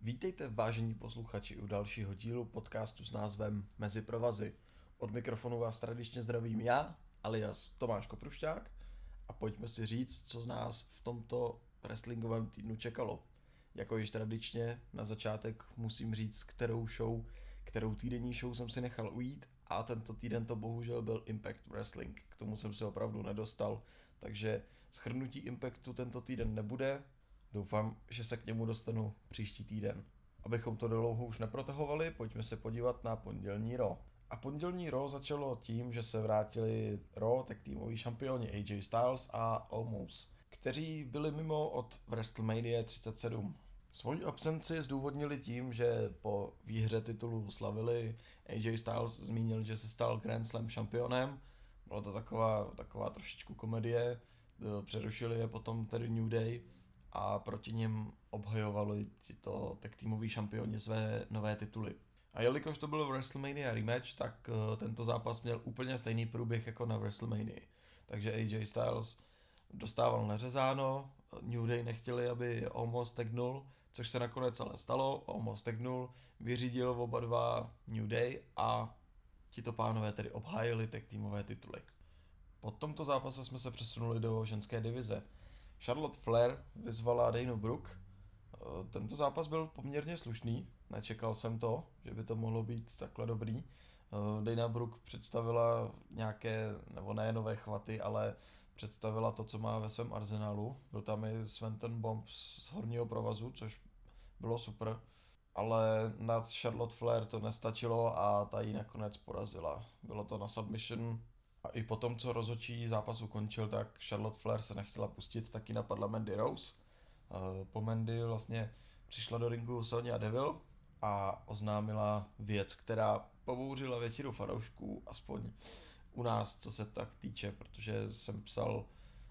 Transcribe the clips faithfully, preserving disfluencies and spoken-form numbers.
Vítejte, vážení posluchači, u dalšího dílu podcastu s názvem Mezi provazy. Od mikrofonu vás tradičně zdravím já, alias Tomáš Koprušťák, a pojďme si říct, co z nás v tomto wrestlingovém týdnu čekalo. Jako již tradičně na začátek musím říct, kterou show, kterou týdenní show jsem si nechal ujít, a tento týden to bohužel byl Impact Wrestling. K tomu jsem se opravdu nedostal, takže shrnutí Impactu tento týden nebude. Doufám, že se k němu dostanu příští týden. Abychom to dlouho už neprotahovali, pojďme se podívat na pondělní Raw. A pondělní Raw začalo tím, že se vrátili Raw tag týmoví šampioni A J Styles a Omos, kteří byli mimo od WrestleMania třicet sedm. Svoji absenci zdůvodnili tím, že po výhře titulu slavili. A J Styles zmínil, že se stal Grand Slam šampionem. Byla to taková, taková trošičku komedie. Přerušili je potom tedy New Day a proti něm obhajovali tito tag týmoví šampioni své nové tituly. A jelikož to byl WrestleMania rematch, tak uh, tento zápas měl úplně stejný průběh jako na WrestleMania. Takže A J Styles dostával nařezáno, New Day nechtěli, aby Omos tagnul, což se nakonec ale stalo. Omos tagnul, vyřídil oba dva New Day a tito pánové tedy obhájili tag týmové tituly. Po tomto zápase jsme se přesunuli do ženské divize. Charlotte Flair vyzvala Danu Brooke. Tento zápas byl poměrně slušný, nečekal jsem to, že by to mohlo být takhle dobrý. Dana Brooke představila nějaké, nebo ne nové chvaty, ale představila to, co má ve svém arzenálu. Byl tam i Swanton Bomb z horního provazu, což bylo super, ale nad Charlotte Flair to nestačilo a ta ji nakonec porazila. Bylo to na submission. A i po tom, co rozhodčí zápas ukončil, tak Charlotte Flair se nechtěla pustit, taky napadla Mandy Rose. Po Mandy vlastně přišla do ringu Sonya Deville a oznámila věc, která pobouřila většinu fanoušků, aspoň u nás, co se tak týče, protože jsem psal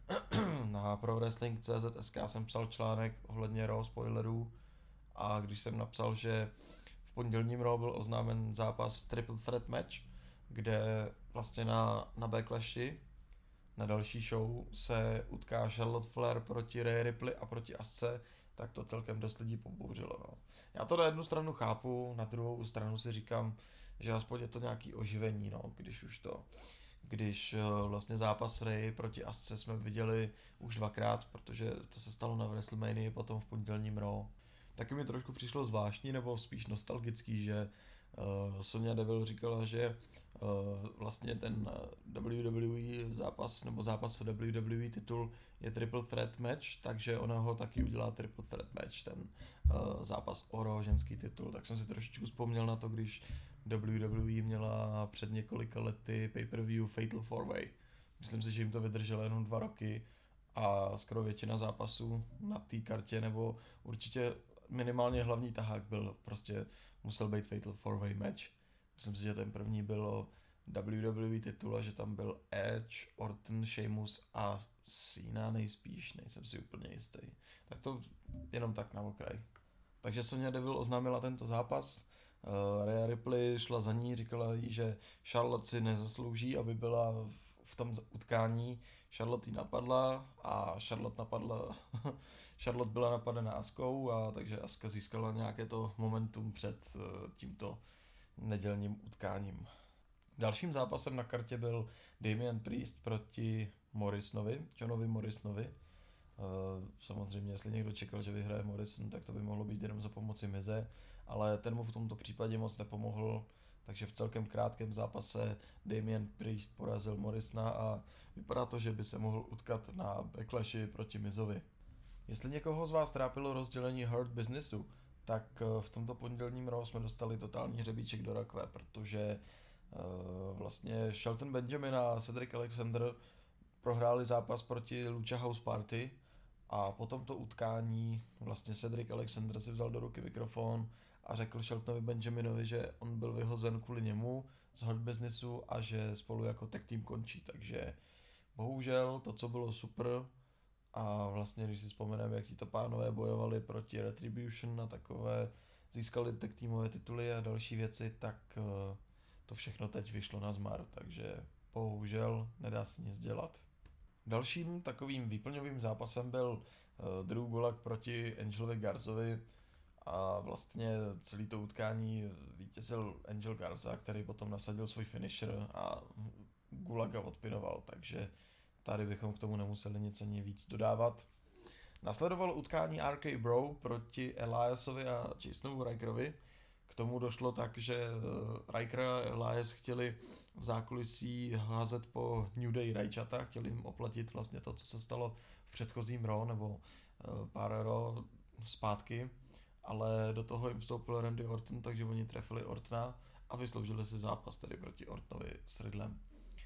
na pro wrestling tečka cé zet es ká jsem psal článek ohledně Raw spoilerů, a když jsem napsal, že v pondělním Raw byl oznámen zápas Triple Threat Match, kde vlastně na, na Backlashi, na další show, se utká Charlotte Flair proti Rhea Ripley a proti Asce, tak to celkem dost lidí pobouřilo. No. Já to na jednu stranu chápu, na druhou stranu si říkám, že aspoň je to nějaký oživení, no, když už to, když vlastně zápas Rhea proti Asce jsme viděli už dvakrát, protože to se stalo na WrestleMania, potom v pondělním Raw. Taky mi trošku přišlo zvláštní, nebo spíš nostalgický, že Uh, Sonya Deville říkala, že uh, vlastně ten W W E zápas nebo zápas o W W E titul je Triple Threat Match, takže ona ho taky udělá Triple Threat Match, ten uh, zápas o Raw ženský titul. Tak jsem si trošičku vzpomněl na to, když W W E měla před několika lety pay-per-view Fatal four way. Myslím si, že jim to vydrželo jenom dva roky a skoro většina zápasů na té kartě, nebo určitě minimálně hlavní tahák byl prostě musel být Fatal four way match. Myslím si, že ten první byl W W E titul a že tam byl Edge, Orton, Sheamus a Cena nejspíš, nejsem si úplně jistý. Tak to jenom tak na okraj. Takže Sonya Deville oznámila tento zápas. Uh, Rhea Ripley šla za ní, říkala jí, že Charlotte si nezaslouží, aby byla v tom utkání. Charlotte ji napadla a Charlotte napadla Charlotte byla napadena Askou, a takže Aska získala nějaké to momentum před uh, tímto nedělním utkáním. Dalším zápasem na kartě byl Damian Priest proti Morrisonovi, Johnovi Morrisonovi. Uh, samozřejmě, jestli někdo čekal, že vyhraje Morrison, tak to by mohlo být jenom za pomoci Mize, ale ten mu v tomto případě moc nepomohl, takže v celkem krátkém zápase Damian Priest porazil Morrisona a vypadá to, že by se mohl utkat na Backlashi proti Mizovi. Jestli někoho z vás trápilo rozdělení Hurt Businessu, tak v tomto pondělním Raw jsme dostali totální hřebíček do rakve, protože uh, vlastně Shelton Benjamin a Cedric Alexander prohráli zápas proti Lucha House Party a po tomto utkání vlastně Cedric Alexander si vzal do ruky mikrofon a řekl Sheltonovi Benjaminovi, že on byl vyhozen kvůli němu z Hurt Businessu a že spolu jako tag team končí, takže bohužel to, co bylo super, a vlastně když si vzpomeneme, jak tito pánové bojovali proti Retribution a takové, získali tag teamové tituly a další věci, tak to všechno teď vyšlo na zmar, takže bohužel nedá se nic dělat. Dalším takovým výplňovým zápasem byl Drew Gulak proti Angelovi Garzovi a vlastně celý to utkání vítězil Angel Garza, který potom nasadil svůj finisher a Gulaga odpinoval, takže tady bychom k tomu nemuseli nic ani víc dodávat. Nasledovalo utkání R K Bro proti Eliasovi a Jasonovi Rykerovi. K tomu došlo tak, že Ryker a Elias chtěli v zákulisí házet po New Day rajčata, chtěli jim oplatit vlastně to, co se stalo v předchozím Raw, nebo pár Raw zpátky, ale do toho jim vstoupil Randy Orton, takže oni trefili Ortona a vysloužili si zápas tedy proti Ortonovi s Riddlem.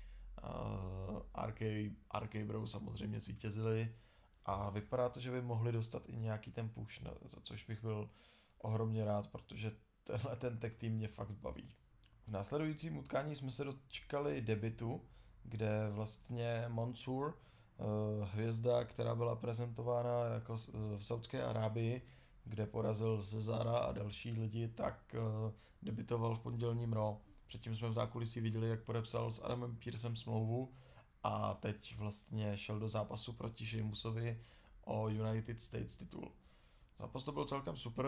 R K, R K Bro samozřejmě zvítězili a vypadá to, že by mohli dostat i nějaký ten push, za což bych byl ohromně rád, protože tenhle ten tag team mě fakt baví. V následujícím utkání jsme se dočkali debutu, kde vlastně Mansoor, hvězda, která byla prezentována jako v Saudské Arábii, kde porazil Cezara a další lidi, tak debutoval v pondělním Raw. Předtím jsme v zákulisí viděli, jak podepsal s Adamem Pearsem smlouvu a teď vlastně šel do zápasu proti Sheamusovi o United States titul. Zápas to byl celkem super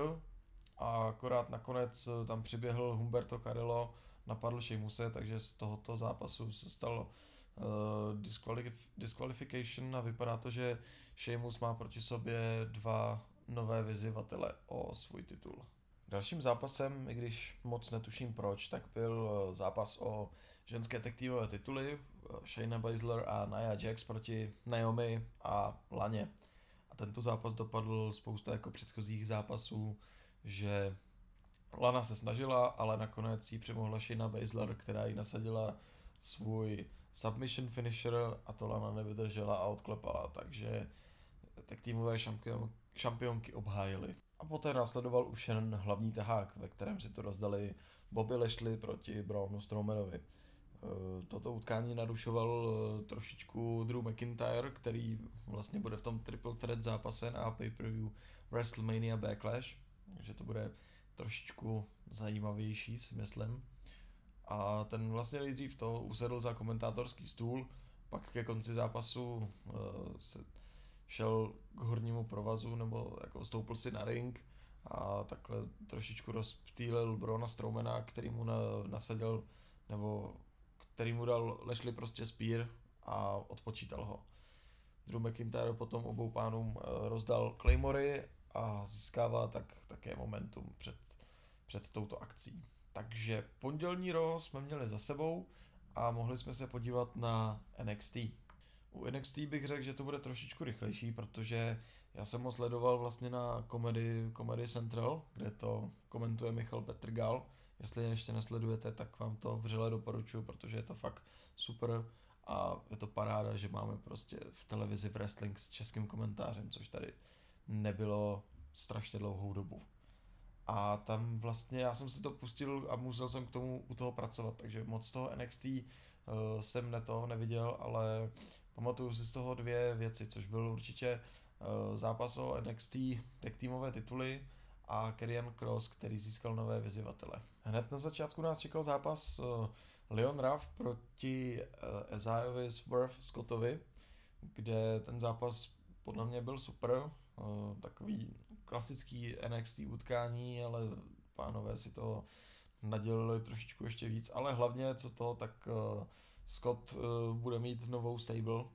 a akorát nakonec tam přiběhl Humberto Carrillo, napadl Sheamuse, takže z tohoto zápasu se stalo uh, disqualif- disqualification a vypadá to, že Sheamus má proti sobě dva nové vyzývatele o svůj titul. Dalším zápasem, i když moc netuším proč, tak byl zápas o ženské tag teamové tituly Shayna Baszler a Nia Jax proti Naomi a Laně. A tento zápas dopadl spousta jako předchozích zápasů, že Lana se snažila, ale nakonec jí přemohla Shayna Baszler, která jí nasadila svůj submission finisher a to Lana nevydržela a odklepala, takže tag teamové šampion, šampionky obhájily. A poté následoval už jen hlavní tahák, ve kterém si to rozdali Bobby Lashley proti Braunu Strowmanovi. Toto utkání narušoval trošičku Drew McIntyre, který vlastně bude v tom triple threat zápase na pay-per-view WrestleMania Backlash, takže to bude trošičku zajímavější, si myslím. A ten vlastně nejdřív to usedl za komentátorský stůl, pak ke konci zápasu se šel k hornímu provazu, nebo jako stoupil si na ring a takhle trošičku rozptýlil Brauna Strowmana, který mu na, nasadil, nebo který mu dal Lashley prostě spear a odpočítal ho. Drew McIntyre potom obou pánům rozdal Claymory a získává tak také momentum před, před touto akcí. Takže pondělní Raw jsme měli za sebou a mohli jsme se podívat na N X T. U N X T bych řekl, že to bude trošičku rychlejší, protože já jsem ho sledoval vlastně na Comedy, Comedy Central, kde to komentuje Michal Petrgal. Jestli je ještě nesledujete, tak vám to vřele doporučuji, protože je to fakt super a je to paráda, že máme prostě v televizi wrestling s českým komentářem, což tady nebylo strašně dlouhou dobu. A tam vlastně já jsem si to pustil a musel jsem k tomu u toho pracovat, takže moc toho N X T uh, jsem ne to neviděl, ale pamatuju si z toho dvě věci, což byl určitě uh, zápas o N X T tag teamové tituly a Karrion Kross, který získal nové vyzývatele. Hned na začátku nás čekal zápas uh, Leon Ruff proti uh, Isaiah Swerve Scottovi, kde ten zápas podle mě byl super, uh, takový klasický N X T utkání, ale pánové si to nadělili trošičku ještě víc, ale hlavně co to, tak uh, Scott uh, bude mít novou stable,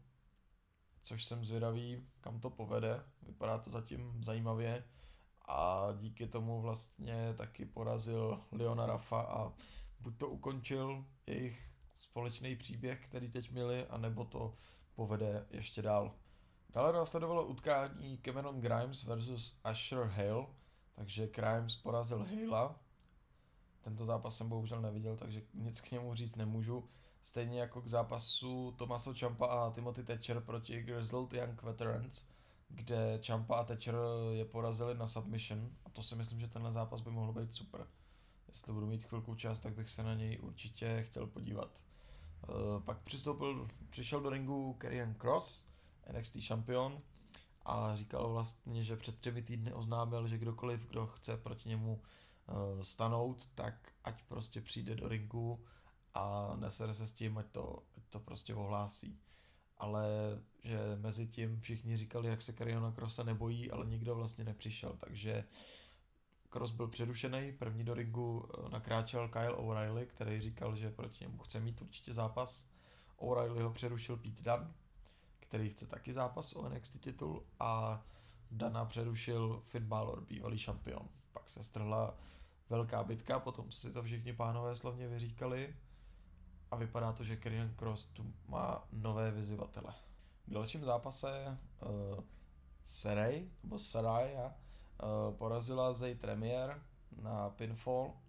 což jsem zvědavý, kam to povede, vypadá to zatím zajímavě a díky tomu vlastně taky porazil Leona Ruffa a buď to ukončil jejich společný příběh, který teď měli, anebo to povede ještě dál. Dále následovalo utkání Cameron Grimes versus Asher Hale, takže Grimes porazil Halea. Tento zápas jsem bohužel neviděl, takže nic k němu říct nemůžu. Stejně jako k zápasu Tommaso Ciampa a Timothy Thatcher proti Grizzled Young Veterans, kde Ciampa a Thatcher je porazili na submission a to si myslím, že tenhle zápas by mohl být super. Jestli budu mít chvilku čas, tak bych se na něj určitě chtěl podívat. Uh, pak přistoupil, přišel do ringu Karrion Kross, N X T šampion, a říkal vlastně, že před třemi týdny oznámil, že kdokoliv, kdo chce proti němu uh, stanout, tak ať prostě přijde do ringu a nesere se s tím, ať to, ať to prostě ohlásí. Ale že mezi tím všichni říkali, jak se Karriona Krosse nebojí, ale nikdo vlastně nepřišel, takže Cross byl přerušený, první do ringu nakráčel Kyle O'Reilly, který říkal, že proti němu chce mít určitě zápas. O'Reilly ho přerušil Pete Dunne, který chce taky zápas o N X T titul, a Dana přerušil Finn Balor, bývalý šampion. Pak se strhla velká bitka, potom co si to všichni pánové slavně vyříkali, a vypadá to, že Karrion Kross tu má nové vyzývatele. V dalším zápase uh, Saray, nebo Saraya, uh, porazila Zay Tremier na pinfall. Uh,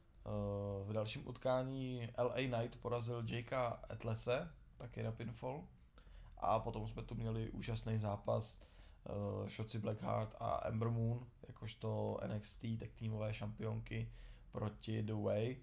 v dalším utkání L A Knight porazil Jakea Atlase, taky na pinfall. A potom jsme tu měli úžasný zápas uh, Shotzi Blackheart a Ember Moon, jakožto N X T tak týmové šampionky proti The Way.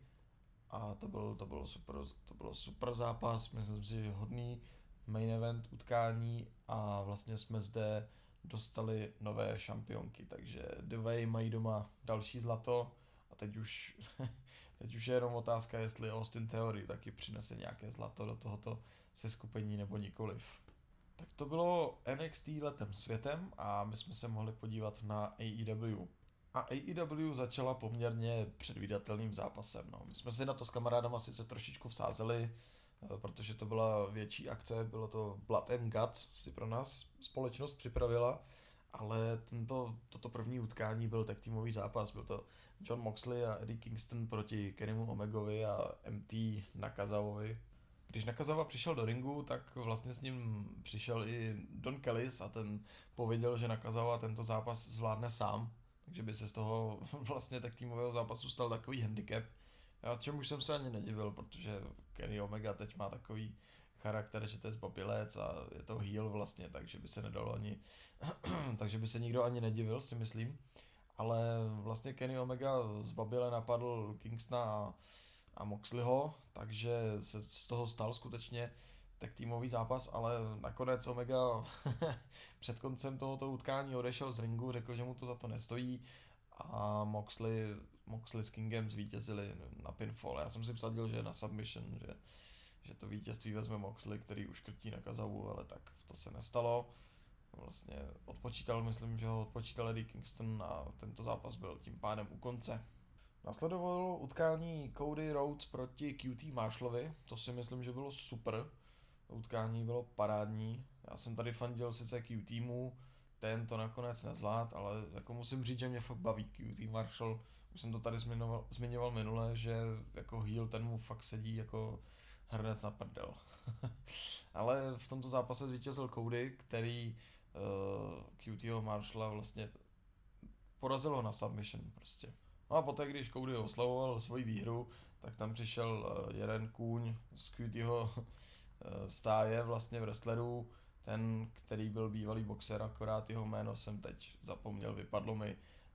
A to byl, to bylo super, to bylo super zápas, myslím si, že hodný main event utkání, a vlastně jsme zde dostali nové šampionky, takže The Way mají doma další zlato, a teď už, teď už je jenom otázka, jestli Austin Theory taky přinese nějaké zlato do tohoto seskupení nebo nikoliv. Tak to bylo N X T letem světem a my jsme se mohli podívat na A E W. A A E W začala poměrně předvídatelným zápasem. No. My jsme si na to s kamarádama sice trošičku vsázeli, protože to byla větší akce, bylo to Blood and Guts, si pro nás společnost připravila, ale tento, toto první utkání byl tag týmový zápas. Byl to Jon Moxley a Eddie Kingston proti Kennymu Omegovi a M T Nakazavovi. Když Nakazawa přišel do ringu, tak vlastně s ním přišel i Don Callis a ten pověděl, že Nakazawa tento zápas zvládne sám, takže by se z toho vlastně tak týmového zápasu stal takový handicap. Já čemu jsem se ani nedivil, protože Kenny Omega teď má takový charakter, že to je zbabilec a je to heel vlastně, takže by se nedalo ani, takže by se nikdo ani nedivil, si myslím. Ale vlastně Kenny Omega zbabile napadl Kingstona a, a Moxleyho, takže se z toho stal skutečně tak týmový zápas, ale nakonec Omega před koncem tohoto utkání odešel z ringu, řekl, že mu to za to nestojí, a Moxley, Moxley s Kingem zvítězili na pinfall. Já jsem si vsadil, že na submission, že, že to vítězství vezme Moxley, který uškrtí Nakazawu, ale tak to se nestalo. Vlastně odpočítal, myslím, že ho odpočítal Eddie Kingston a tento zápas byl tím pádem u konce. Nasledovalo utkání Cody Rhodes proti Q T Marshallovi, to si myslím, že bylo super. Utkání bylo parádní, já jsem tady fandil sice Q týmu, ten to nakonec nezvlád, ale jako musím říct, že mě fakt baví Q T Marshall. Už jsem to tady zmiňoval, zmiňoval minule, že jako heel ten mu fakt sedí jako hrnec na prdel. Ale v tomto zápase zvítězil Cody, který uh, Q Tho Marshalla vlastně porazil ho na submission prostě. No a poté, když Cody oslavoval svoji výhru, tak tam přišel uh, jeden kůň z Q Tho uh, stáje vlastně v wrestleru, ten, který byl bývalý boxer, akorát jeho jméno jsem teď zapomněl, vypadlo mi,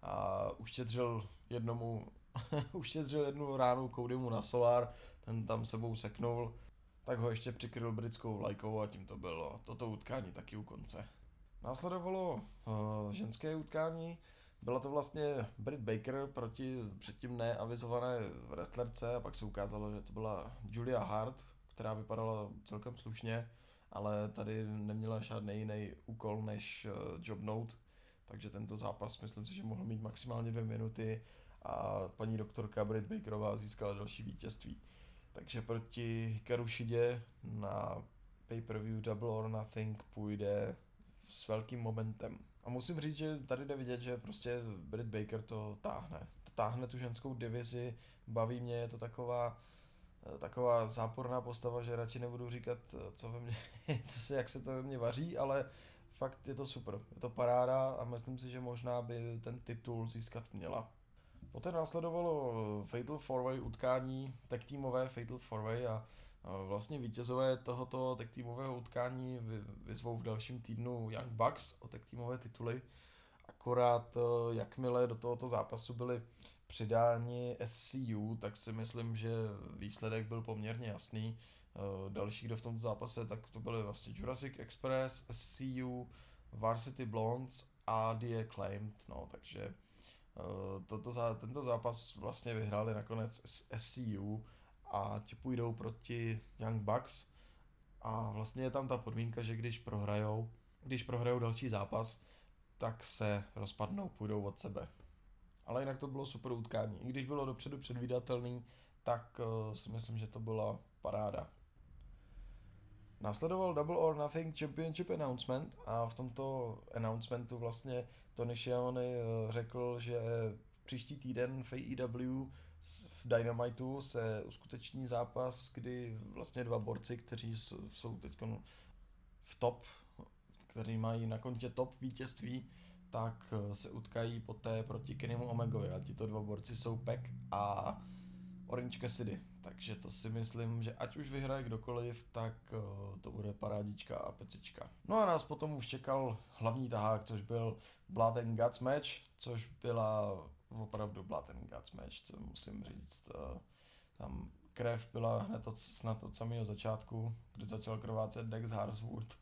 a uštědřil jednomu, uštědřil jednu ránu Codymu na solár, ten tam sebou seknul, tak ho ještě přikryl britskou vlajkou a tím to bylo. Toto utkání taky u konce. Následovalo uh, ženské utkání, byla to vlastně Britt Baker proti předtím neavizované wrestlerce, a pak se ukázalo, že to byla Julia Hart, která vypadala celkem slušně, ale tady neměla žádný jiný úkol než uh, jobnout, takže tento zápas myslím si, že mohl mít maximálně dvě minuty a paní doktorka Britt Bakerová získala další vítězství. Takže proti Hikaru Shidě na pay-per-view Double or Nothing půjde s velkým momentem. A musím říct, že tady jde vidět, že prostě Britt Baker to táhne. To táhne tu ženskou divizi, baví mě, je to taková taková záporná postava, že radši nebudu říkat, co ve mně, co se, jak se to ve mně vaří, ale fakt je to super, je to paráda a myslím si, že možná by ten titul získat měla. Poté následovalo Fatal four-way utkání, tag týmové Fatal four-way, a vlastně vítězové tohoto tag týmového utkání vyzvou v dalším týdnu Young Bucks o tag týmové tituly, akorát jakmile do tohoto zápasu byli přidáni S C U, tak si myslím, že výsledek byl poměrně jasný. Další, kdo v tomto zápase, tak to byly vlastně Jurassic Express, S C U, Varsity Blondes a The Acclaimed, no, takže toto, tento zápas vlastně vyhráli nakonec S C U a ti půjdou proti Young Bucks a vlastně je tam ta podmínka, že když prohrajou, když prohrajou další zápas, tak se rozpadnou, půjdou od sebe. Ale jinak to bylo super utkání. I když bylo dopředu předvídatelný, tak uh, si myslím, že to byla paráda. Následoval Double or Nothing Championship Announcement a v tomto announcementu vlastně Tony Schiavone řekl, že v příští týden v A E W v Dynamitu se uskuteční zápas, kdy vlastně dva borci, kteří jsou teď v top, kteří mají na kontě top vítězství, tak se utkají poté proti Kennymu Omegovi a tito dva borci jsou Pac a Orange Cassidy. Takže to si myslím, že ať už vyhraje kdokoliv, tak uh, to bude parádička a pecička. No a nás potom už čekal hlavní tahák, což byl Blood and Guts match, což byla opravdu Blood and Guts match, co musím říct. Uh, tam krev byla hned od, snad od samého začátku, kdy začal krvácet Dex Harwood.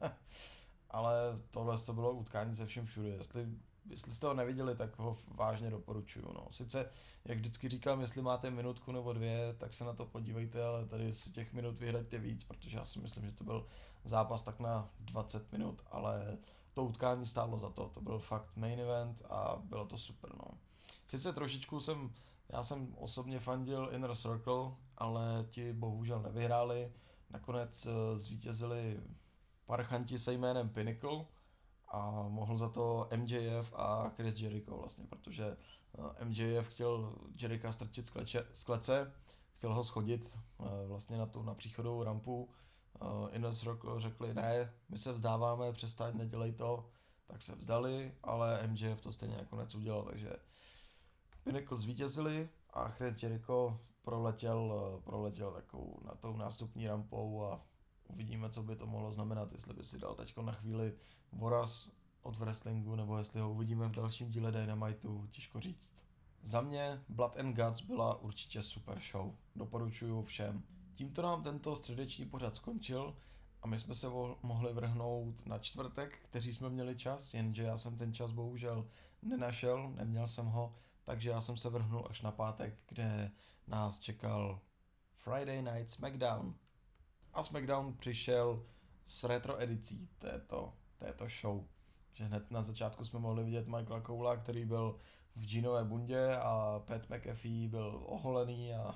Ale tohle to bylo utkání ze všem všude. Jestli Jestli jste ho neviděli, tak ho vážně doporučuju. No. Sice, jak vždycky říkám, jestli máte minutku nebo dvě, tak se na to podívejte, ale tady si těch minut vyhraďte víc, protože já si myslím, že to byl zápas tak na dvacet minut, ale to utkání stálo za to. To byl fakt main event a bylo to super. No. Sice trošičku jsem, já jsem osobně fandil Inner Circle, ale ti bohužel nevyhráli. Nakonec zvítězili parchanti se jménem Pinnacle, a mohl za to M J F a Chris Jericho vlastně, protože M J F chtěl Jericha strčit z, kleče, z klece, chtěl ho schodit vlastně na tu na příchodovou rampu. Inner Circle řekli, ne, my se vzdáváme, přestaň, nedělej to, tak se vzdali, ale M J F to stejně nakonec udělal, takže Pinnacle zvítězili a Chris Jericho proletěl, proletěl takovou na tou nástupní rampou a uvidíme, co by to mohlo znamenat, jestli by si dal teďko na chvíli voraz od wrestlingu, nebo jestli ho uvidíme v dalším díle Dynamitu, těžko říct. Za mě Blood and Guts byla určitě super show, doporučuju všem. Tímto nám tento středeční pořad skončil a my jsme se mohli vrhnout na čtvrtek, kteří jsme měli čas, jenže já jsem ten čas bohužel nenašel, neměl jsem ho, takže já jsem se vrhnul až na pátek, kde nás čekal Friday Night SmackDown. A SmackDown přišel s retro edicí této, této show. Že hned na začátku jsme mohli vidět Michaela Cola, který byl v džínové bundě a Pat McAfee byl oholený a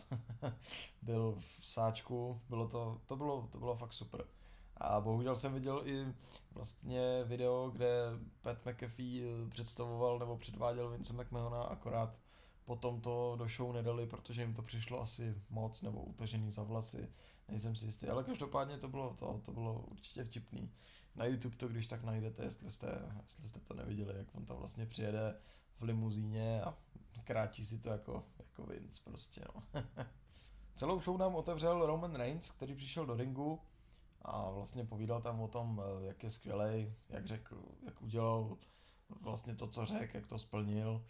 byl v sáčku. Bylo to, to, bylo, to bylo fakt super. A bohužel jsem viděl i vlastně video, kde Pat McAfee představoval nebo předváděl Vince McMahona, akorát potom to do show nedali, protože jim to přišlo asi moc nebo utažený za vlasy. Nejsem si jistý, ale každopádně to bylo to, to bylo určitě vtipný. Na YouTube to když tak najdete, jestli jste, jestli jste to neviděli, jak on tam vlastně přijede v limuzíně a kráčí si to jako, jako Vince prostě, no. Celou show nám otevřel Roman Reigns, který přišel do ringu a vlastně povídal tam o tom, jak je skvělej, jak řekl, jak udělal vlastně to, co řekl, jak to splnil.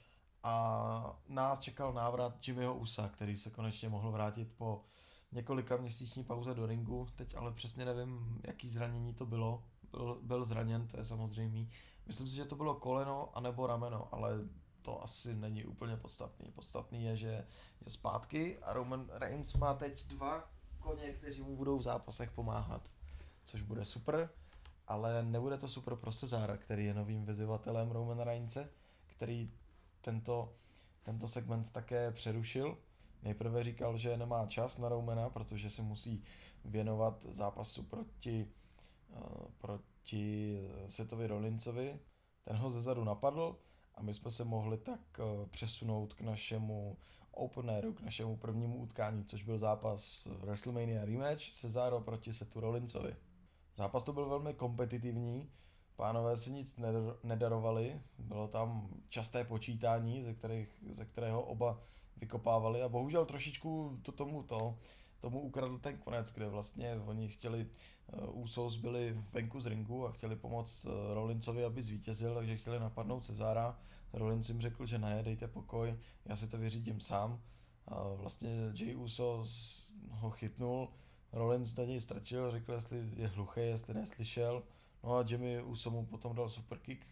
A nás čekal návrat Jimmyho Usa, který se konečně mohl vrátit po několika měsíční pauze do ringu, teď ale přesně nevím, jaký zranění to bylo, byl, byl zraněn, to je samozřejmý. Myslím si, že to bylo koleno anebo rameno, ale to asi není úplně podstatný. Podstatný je, že je zpátky a Roman Reigns má teď dva koně, kteří mu budou v zápasech pomáhat, což bude super, ale nebude to super pro Cezára, který je novým vyzývatelem Romana Reignse, který tento, tento segment také přerušil. Nejprve říkal, že nemá čas na Romana, protože se musí věnovat zápasu proti, uh, proti Sethovi Rollinsovi. Ten ho zezadu napadl a my jsme se mohli tak uh, přesunout k našemu openeru, k našemu prvnímu utkání, což byl zápas WrestleMania Rematch Cesaro proti Sethu Rollinsovi. Zápas to byl velmi kompetitivní, pánové si nic nedarovali, bylo tam časté počítání, ze, kterých, ze kterého oba vykopávali a bohužel trošičku to tomu to, tomu ukradl ten konec, kde vlastně oni chtěli, uh, Usos byli venku z ringu a chtěli pomoct uh, Rollinsovi, aby zvítězil, takže chtěli napadnout Cezára. Rollins jim řekl, že ne, dejte pokoj, já si to vyřídím sám. A vlastně Jey Uso ho chytnul, Rollins na něj strčil, řekl, jestli je hluchý, jestli neslyšel. No a Jimmy Uso mu potom dal superkick.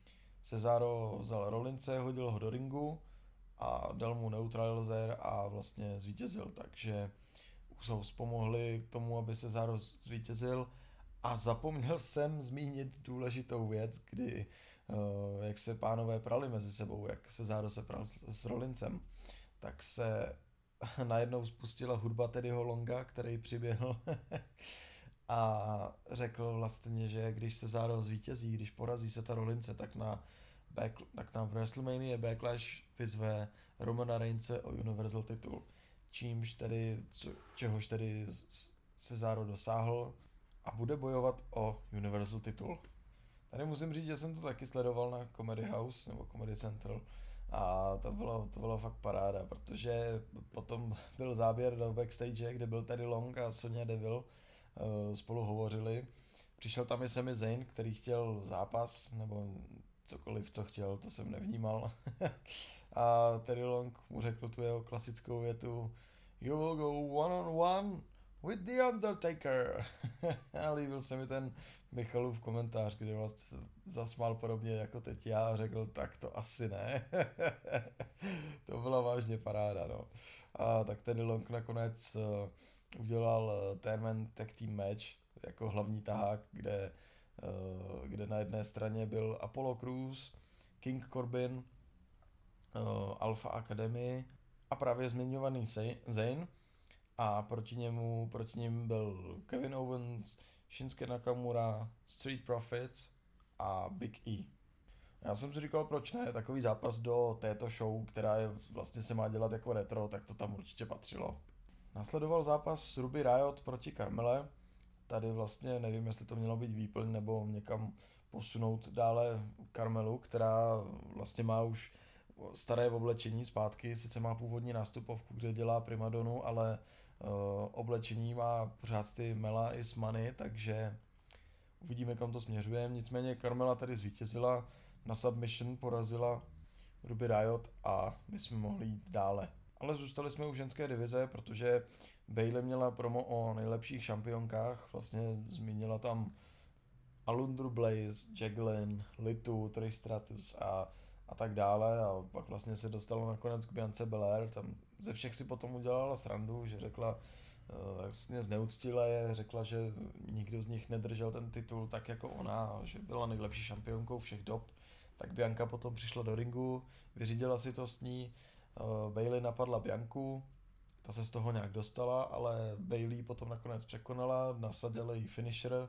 Cesaro vzal Rollinse, hodil ho do ringu a dal mu neutralizer a vlastně zvítězil, takže Usos pomohli k tomu, aby Cesaro zvítězil a zapomněl jsem zmínit důležitou věc, kdy jak se pánové prali mezi sebou, jak se Záro se pral s, s Rollincem, tak se najednou spustila hudba Teddyho Longa, který přiběhl a řekl vlastně, že když se Záro zvítězí, když porazí se ta Rollince, tak na, back, tak na WrestleMania Backlash vyzve Romana Reince o Universal titul. Čímž tedy, co, čehož tedy se Záro dosáhl a bude bojovat o Universal titul. Tady musím říct, že jsem to taky sledoval na Comedy House nebo Comedy Central a to bylo, to bylo fakt paráda, protože potom byl záběr do backstage, kde byl Teddy Long a Sonya Deville uh, spolu hovořili. Přišel tam i Sami Zayn, který chtěl zápas, nebo cokoliv, co chtěl, to jsem nevnímal. A Teddy Long mu řekl tu jeho klasickou větu: You will go one on one with the Undertaker. A líbil se mi ten Michalův komentář, kde vlastně se zasmál podobně jako teď já a řekl, tak to asi ne. To byla vážně paráda, no. A tak Teddy Long nakonec uh, udělal uh, ten tag team match jako hlavní tahák, kde, uh, kde na jedné straně byl Apollo Crews, King Corbin, uh, Alpha Academy a právě zmiňovaný Zayn. A proti němu, proti ním byl Kevin Owens, Shinsuke Nakamura, Street Profits a Big E. Já jsem si říkal, proč ne, takový zápas do této show, která je, vlastně se má dělat jako retro, tak to tam určitě patřilo. Následoval zápas Ruby Riott proti Carmele. Tady vlastně nevím, jestli to mělo být výplň nebo někam posunout dále Carmelu, která vlastně má už staré oblečení zpátky, sice má původní nástupovku, kde dělá primadonu, ale uh, oblečení má pořád ty Mela i Smany, takže uvidíme, kam to směřuje. Nicméně Carmela tady zvítězila, na submission porazila Ruby Riott a my jsme mohli jít dále. Ale zůstali jsme u ženské divize, protože Bayley měla promo o nejlepších šampionkách, vlastně zmínila tam Alundru Blaze, Jacqueline, Litu, Trish Stratus a a tak dále a pak vlastně se dostalo nakonec k Biance Belair, tam ze všech si potom udělala srandu, že řekla, vlastně zneuctila je, řekla, že nikdo z nich nedržel ten titul tak jako ona, že byla nejlepší šampionkou všech dob, tak Bianca potom přišla do ringu, vyřídila si to s ní, Bayley napadla Bianku, ta se z toho nějak dostala, ale Bayley potom nakonec překonala, nasadila jí finisher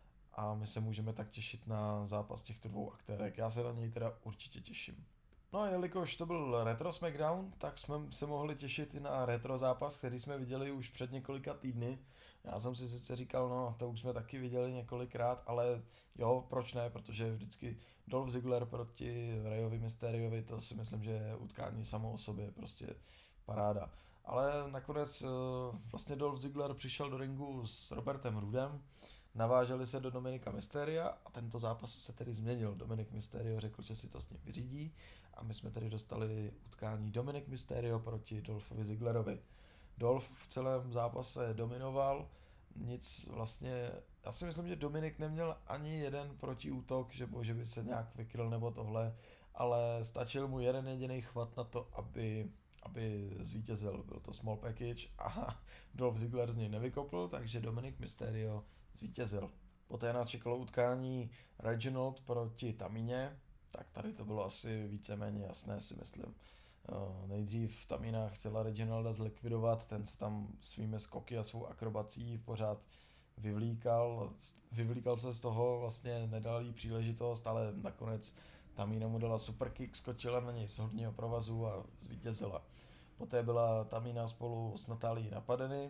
a my se můžeme tak těšit na zápas těchto dvou aktérek. Já se na něj teda určitě těším. No a jelikož to byl Retro Smackdown, tak jsme se mohli těšit i na retro zápas, který jsme viděli už před několika týdny. Já jsem si sice říkal, no to už jsme taky viděli několikrát, ale jo, proč ne, protože vždycky Dolph Ziggler proti Rayovi Mysteriovi, to si myslím, že je utkání samo o sobě, prostě paráda. Ale nakonec vlastně Dolph Ziggler přišel do ringu s Robertem Roodem, naváželi se do Dominika Mysteria a tento zápas se tedy změnil. Dominik Mysterio řekl, že si to s ním vyřídí a my jsme tedy dostali utkání Dominik Mysterio proti Dolphovi Zigglerovi. Dolph v celém zápase dominoval, nic vlastně, já si myslím, že Dominik neměl ani jeden protiútok, že, že by se nějak vykryl nebo tohle, ale stačil mu jeden jediný chvat na to, aby, aby zvítězil. Byl to small package a Dolph Ziggler z něj nevykopl, takže Dominik Mysterio zvítězil. Poté nás čekalo utkání Reginald proti Tamíně, tak tady to bylo asi víceméně jasné, si myslím. Uh, nejdřív Tamina chtěla Reginalda zlikvidovat, ten se tam svými skoky a svou akrobací pořád vyvlíkal, vyvlíkal se z toho, vlastně nedal jí příležitost, ale nakonec Tamina mu dala superkick, skočila na něj z horního provazu a zvítězila. Poté byla Tamina spolu s Natálií napadeny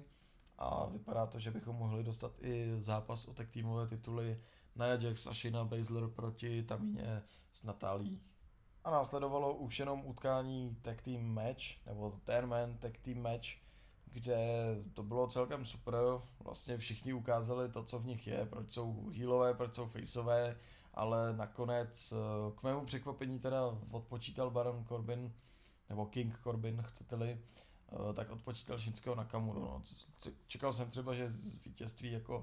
a vypadá to, že bychom mohli dostat i zápas o tag týmové tituly Nia Jax a Shayna Baszler proti Tamíně s Natálií. A následovalo už jenom utkání tag team match, nebo ten man tag team match, kde to bylo celkem super, vlastně všichni ukázali to, co v nich je, proč jsou heelové, proč jsou faceové, ale nakonec k mému překvapení teda odpočítal Baron Corbin, nebo King Corbin, chcete-li, tak odpočítal Shinsukeho Nakamuru. No. Čekal jsem třeba, že vítězství jako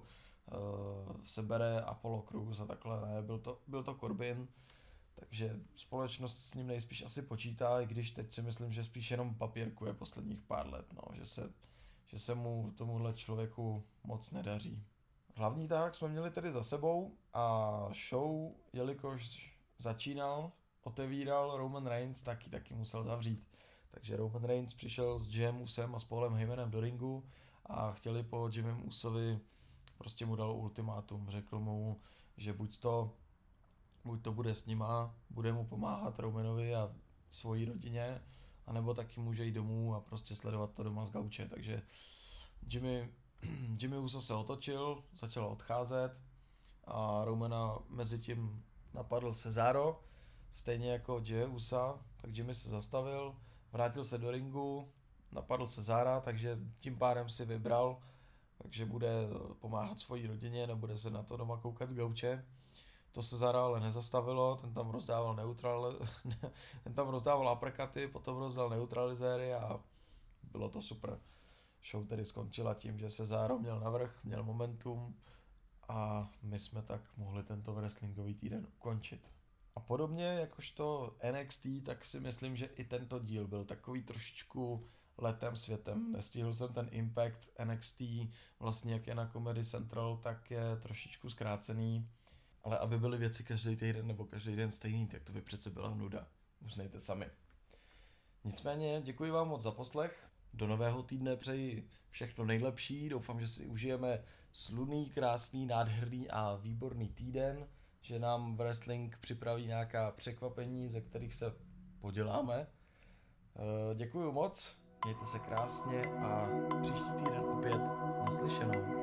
uh, sebere Apollo Crews a takhle, ne, byl to, byl to Corbin, takže společnost s ním nejspíš asi počítá, i když teď si myslím, že spíš jenom papírkuje posledních pár let, no, že se, že se mu tomuhle člověku moc nedaří. Hlavní tak jsme měli tedy za sebou a show, jelikož začínal, otevíral, Roman Reigns taky taky musel zavřít. Takže Roman Reigns přišel s Jimem Usem a s Paulem Heymanem do ringu a chtěli po Jimem Usovi, prostě mu dal ultimátum, řekl mu, že buď to, buď to bude s nima, bude mu pomáhat Romanovi a svojí rodině, anebo taky může jít domů a prostě sledovat to doma z gauče. Takže Jimmy, Jimmy Uso se otočil, začal odcházet a Romana mezi tím napadl Cesaro, stejně jako Jey Usa, tak Jimmy se zastavil, vrátil se do ringu, napadl Cesara, takže tím pádem si vybral, takže bude pomáhat svojí rodině, nebude se na to doma koukat z gauče. To Cesara ale nezastavilo, ten tam rozdával neutral, ten tam rozdával uppercuty, potom rozdal neutralizéry a bylo to super. Show tedy skončila tím, že Cesaro měl navrch, měl momentum a my jsme tak mohli tento wrestlingový týden ukončit. A podobně jakožto N X T, tak si myslím, že i tento díl byl takový trošičku letem světem. Nestihl jsem ten Impact N X T, vlastně jak je na Comedy Central, tak je trošičku zkrácený. Ale aby byly věci každý týden nebo každý den stejný, tak to by přece byla nuda. Uznejte sami. Nicméně děkuji vám moc za poslech. Do nového týdne přeji všechno nejlepší. Doufám, že si užijeme slunný, krásný, nádherný a výborný týden. Že nám wrestling připraví nějaká překvapení, ze kterých se poděláme. Děkuji moc, mějte se krásně a příští týden opět naslyšenou.